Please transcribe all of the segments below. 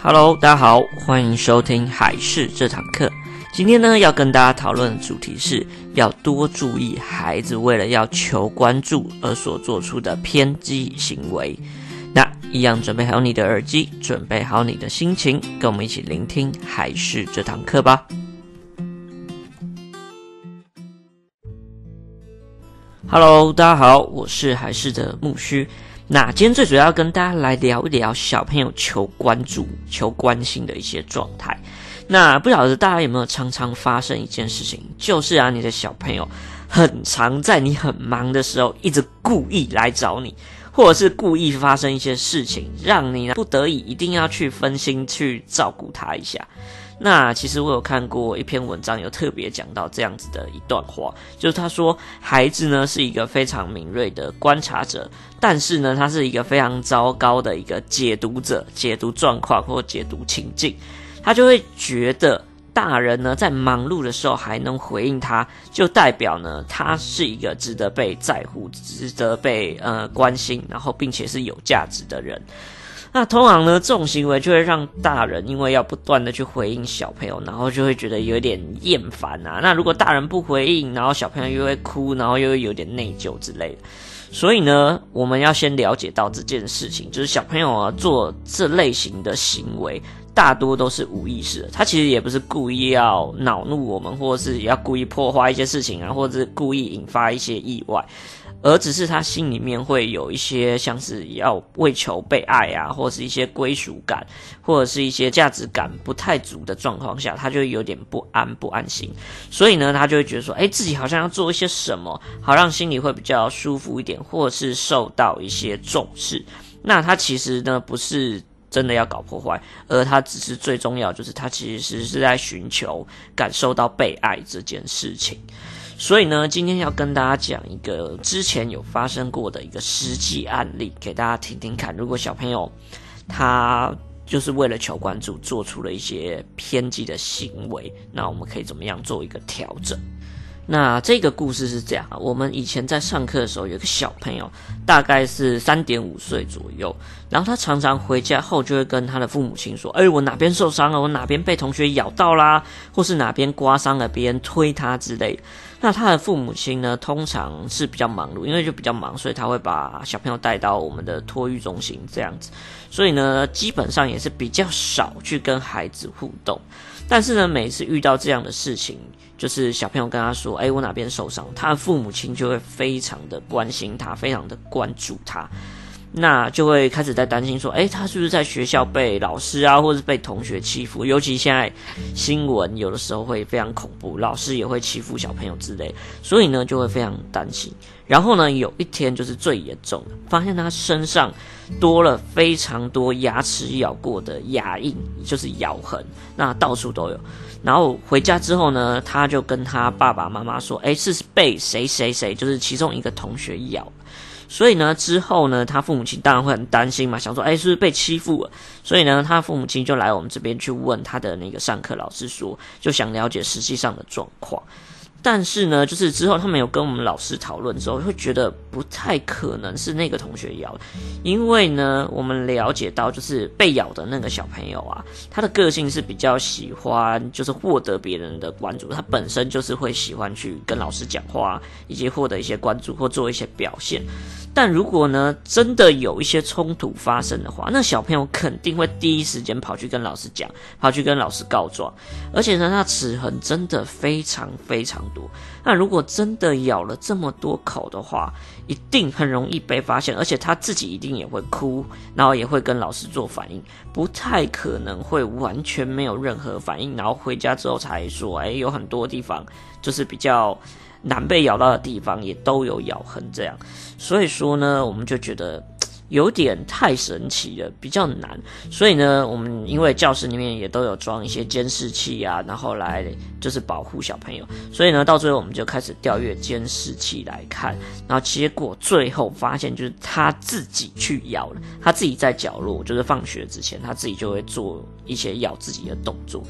Hello， 大家好，欢迎收听海事这堂课。今天呢，要跟大家讨论的主题是要多注意孩子为了要求关注而所做出的偏激行为。那一样准备好你的耳机，准备好你的心情，跟我们一起聆听海事这堂课吧。Hello， 大家好，我是海事的木须。那今天最主要跟大家来聊一聊小朋友求关注、求关心的一些状态。那不晓得大家有没有常常发生一件事情，就是你的小朋友很常在你很忙的时候，一直故意来找你，或者是故意发生一些事情，让你不得已一定要去分心去照顾他一下。那其实我有看过一篇文章，有特别讲到这样子的一段话，就是他说孩子呢是一个非常敏锐的观察者，但是呢他是一个非常糟糕的一个解读者，解读状况或解读情境。他就会觉得大人呢在忙碌的时候还能回应他，就代表呢他是一个值得被在乎、值得被关心，然后并且是有价值的人。那通常呢，这种行为就会让大人因为要不断的去回应小朋友，然后就会觉得有点厌烦啊。那如果大人不回应，然后小朋友又会哭，然后又会有点内疚之类的。所以呢，我们要先了解到这件事情，就是小朋友做这类型的行为，大多都是无意识的。他其实也不是故意要恼怒我们，或者是要故意破坏一些事情啊，或者是故意引发一些意外。而只是他心里面会有一些像是要为求被爱啊，或者是一些归属感，或者是一些价值感不太足的状况下，他就有点不安心。所以呢，他就会觉得说，自己好像要做一些什么，好让心里会比较舒服一点，或者是受到一些重视。那他其实呢，不是真的要搞破坏，而他只是最重要就是他其实是在寻求感受到被爱这件事情。所以呢，今天要跟大家讲一个之前有发生过的一个实际案例，给大家听听看。如果小朋友他就是为了求关注，做出了一些偏激的行为，那我们可以怎么样做一个调整？那这个故事是这样，我们以前在上课的时候，有一个小朋友，大概是3.5岁左右，然后他常常回家后就会跟他的父母亲说，我哪边受伤了，我哪边被同学咬到啦，或是哪边刮伤了，别人推他之类的。那他的父母亲呢，通常是比较忙碌，因为就比较忙，所以他会把小朋友带到我们的托育中心这样子，所以呢，基本上也是比较少去跟孩子互动。但是呢，每次遇到这样的事情，就是小朋友跟他说，我哪边受伤，他的父母亲就会非常的关心他，非常的关注他。那就会开始在担心说，他是不是在学校被老师啊，或是被同学欺负？尤其现在新闻有的时候会非常恐怖，老师也会欺负小朋友之类，所以呢就会非常担心。然后呢，有一天就是最严重的，发现他身上多了非常多牙齿咬过的牙印，就是咬痕，那到处都有。然后回家之后呢，他就跟他爸爸妈妈说，是被谁谁谁，就是其中一个同学咬。所以呢，之后呢，他父母亲当然会很担心嘛，想说，是不是被欺负了？所以呢，他父母亲就来我们这边去问他的那个上课老师说，就想了解实际上的状况。但是呢，就是之后他们有跟我们老师讨论之后，会觉得不太可能是那个同学咬的，因为呢，我们了解到就是被咬的那个小朋友啊，他的个性是比较喜欢就是获得别人的关注，他本身就是会喜欢去跟老师讲话，以及获得一些关注或做一些表现。但如果呢，真的有一些冲突发生的话，那小朋友肯定会第一时间跑去跟老师讲，跑去跟老师告状，而且呢，他齿痕真的非常非常多。那如果真的咬了这么多口的话，一定很容易被发现，而且他自己一定也会哭，然后也会跟老师做反应，不太可能会完全没有任何反应，然后回家之后才说，有很多地方就是比较难被咬到的地方也都有咬痕这样。所以说呢，我们就觉得有点太神奇了，比较难。所以呢，我们因为教室里面也都有装一些监视器啊，然后来就是保护小朋友，所以呢，到最后我们就开始调阅监视器来看，然后结果最后发现就是他自己去咬了，他自己在角落，就是放学之前他自己就会做一些咬自己的动作。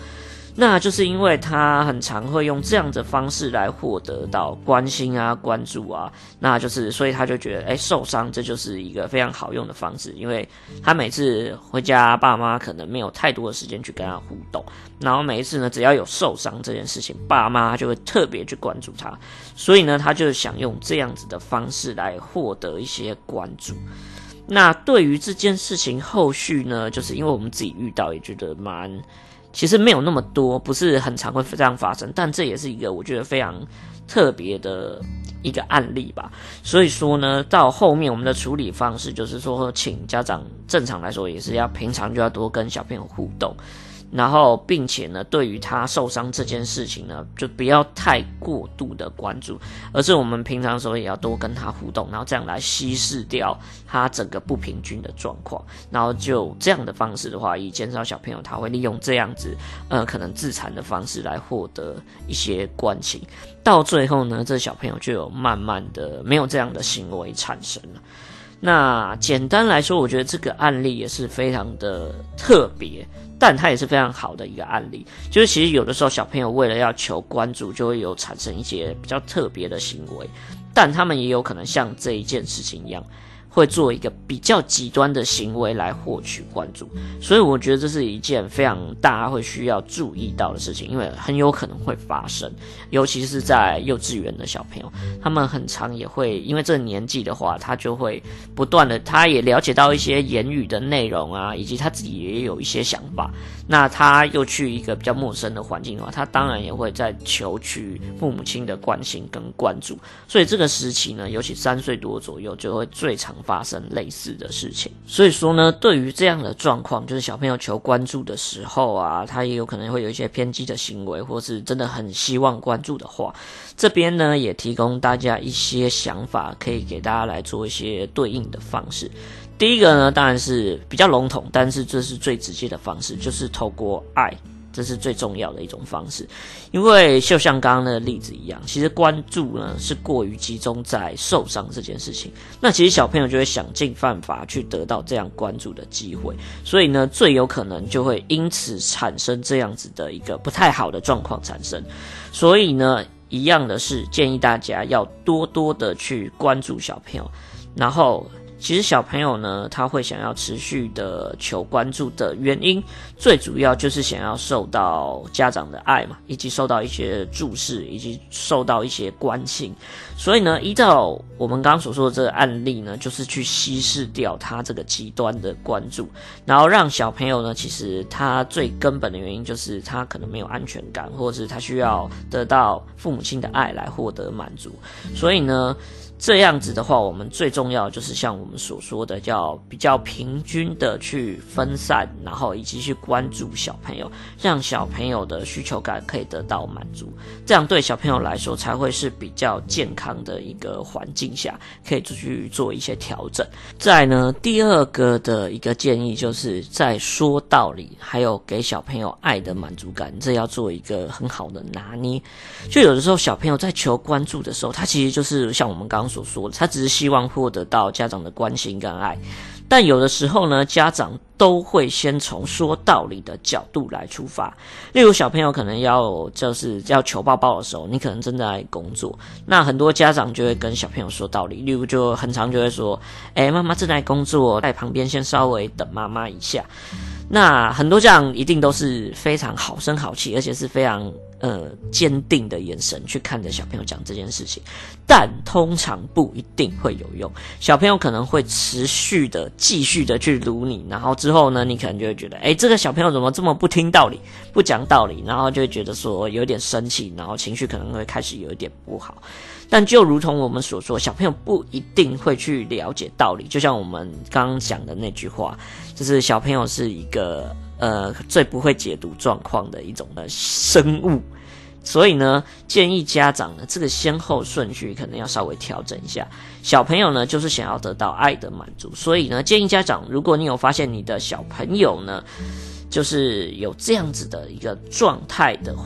那就是因为他很常会用这样的方式来获得到关心啊、关注啊，那就是所以他就觉得，受伤这就是一个非常好用的方式，因为他每次回家，爸妈可能没有太多的时间去跟他互动，然后每一次呢，只要有受伤这件事情，爸妈就会特别去关注他，所以呢，他就想用这样子的方式来获得一些关注。那对于这件事情后续呢，就是因为我们自己遇到，也觉得其实没有那么多，不是很常会这样发生，但这也是一个我觉得非常特别的一个案例吧。所以说呢，到后面我们的处理方式就是说，请家长正常来说也是要平常就要多跟小朋友互动，然后并且呢，对于他受伤这件事情呢，就不要太过度的关注，而是我们平常的时候也要多跟他互动，然后这样来稀释掉他整个不平均的状况，然后就这样的方式的话，以减少小朋友他会利用这样子可能自残的方式来获得一些关情，到最后呢，这小朋友就有慢慢的没有这样的行为产生了。那简单来说，我觉得这个案例也是非常的特别，但它也是非常好的一个案例。就是其实有的时候小朋友为了要求关注，就会有产生一些比较特别的行为，但他们也有可能像这一件事情一样，会做一个比较极端的行为来获取关注，所以我觉得这是一件非常大家会需要注意到的事情，因为很有可能会发生，尤其是在幼稚园的小朋友，他们很常也会因为这个年纪的话，他就会不断的，他也了解到一些言语的内容啊，以及他自己也有一些想法，那他又去一个比较陌生的环境的话，他当然也会在求取父母亲的关心跟关注，所以这个时期呢，尤其3岁多左右就会最常发生类似的事情。所以说呢，对于这样的状况，就是小朋友求关注的时候啊，他也有可能会有一些偏激的行为，或是真的很希望关注的话，这边呢也提供大家一些想法，可以给大家来做一些对应的方式。第一个呢，当然是比较笼统，但是这是最直接的方式，就是透过爱，这是最重要的一种方式。因为就像刚刚的例子一样，其实关注呢是过于集中在受伤这件事情，那其实小朋友就会想尽办法去得到这样关注的机会，所以呢最有可能就会因此产生这样子的一个不太好的状况产生。所以呢一样的是建议大家要多多的去关注小朋友，然后其实小朋友呢，他会想要持续的求关注的原因，最主要就是想要受到家长的爱嘛，以及受到一些注视，以及受到一些关心。所以呢，依照我们刚刚所说的这个案例呢，就是去稀释掉他这个极端的关注，然后让小朋友呢，其实他最根本的原因就是他可能没有安全感，或者是他需要得到父母亲的爱来获得满足。所以呢，这样子的话，我们最重要的就是像我们所说的，要比较平均的去分散，然后以及去关注小朋友，让小朋友的需求感可以得到满足，这样对小朋友来说才会是比较健康的一个环境下，可以去做一些调整。再来呢，第二个的一个建议就是在说道理，还有给小朋友爱的满足感，这要做一个很好的拿捏。就有的时候小朋友在求关注的时候，他其实就是像我们刚刚所说的，他只是希望获得到家长的关心跟爱，但有的时候呢，家长都会先从说道理的角度来出发。例如小朋友可能要求抱抱的时候，你可能正在工作，那很多家长就会跟小朋友说道理，例如就很常就会说，妈妈正在工作，在旁边先稍微等妈妈一下。那很多家长一定都是非常好声好气，而且是非常坚定的眼神去看着小朋友讲这件事情，但通常不一定会有用。小朋友可能会持续的继续的去撸你，然后之后呢，你可能就会觉得这个小朋友怎么这么不听道理，不讲道理，然后就会觉得说有点生气，然后情绪可能会开始有一点不好。但就如同我们所说，小朋友不一定会去了解道理，就像我们刚刚讲的那句话，就是小朋友是一个最不会解读状况的一种生物。所以呢，建议家长呢，这个先后顺序可能要稍微调整一下。小朋友呢，就是想要得到爱的满足，所以呢，建议家长，如果你有发现你的小朋友呢，就是有这样子的一个状态的话，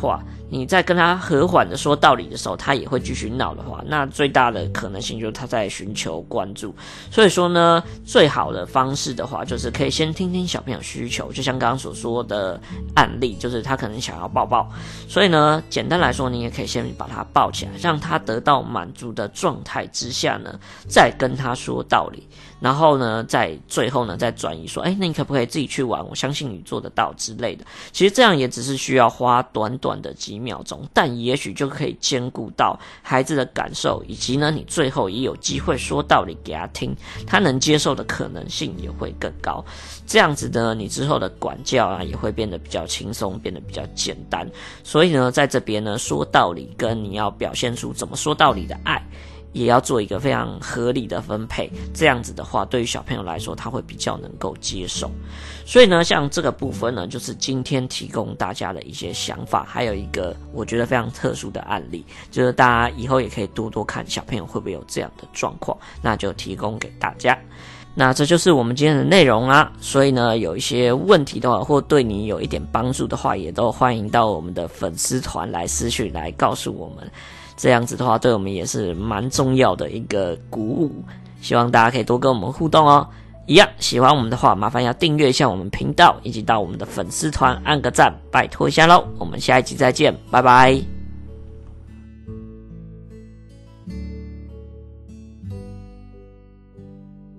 你在跟他和缓的说道理的时候，他也会继续闹的话，那最大的可能性就是他在寻求关注。所以说呢，最好的方式的话，就是可以先听听小朋友需求，就像刚刚所说的案例，就是他可能想要抱抱，所以呢，简单来说，你也可以先把他抱起来，让他得到满足的状态之下呢，再跟他说道理。然后呢，在最后呢，再转移说，那你可不可以自己去玩？我相信你做得到之类的。其实这样也只是需要花短短的几秒钟，但也许就可以兼顾到孩子的感受，以及呢，你最后也有机会说道理给他听，他能接受的可能性也会更高。这样子呢，你之后的管教啊，也会变得比较轻松，变得比较简单。所以呢，在这边呢，说道理跟你要表现出怎么说道理的爱，也要做一个非常合理的分配，这样子的话，对于小朋友来说，他会比较能够接受。所以呢，像这个部分呢，就是今天提供大家的一些想法，还有一个我觉得非常特殊的案例，就是大家以后也可以多多看小朋友会不会有这样的状况，那就提供给大家。那这就是我们今天的内容啦，所以呢，有一些问题的话，或对你有一点帮助的话，也都欢迎到我们的粉丝团来私讯来告诉我们。这样子的话，对我们也是蛮重要的一个鼓舞，希望大家可以多跟我们互动哦。一样喜欢我们的话，麻烦要订阅一下我们频道，以及到我们的粉丝团按个赞，拜托一下咯。我们下一集再见，拜拜。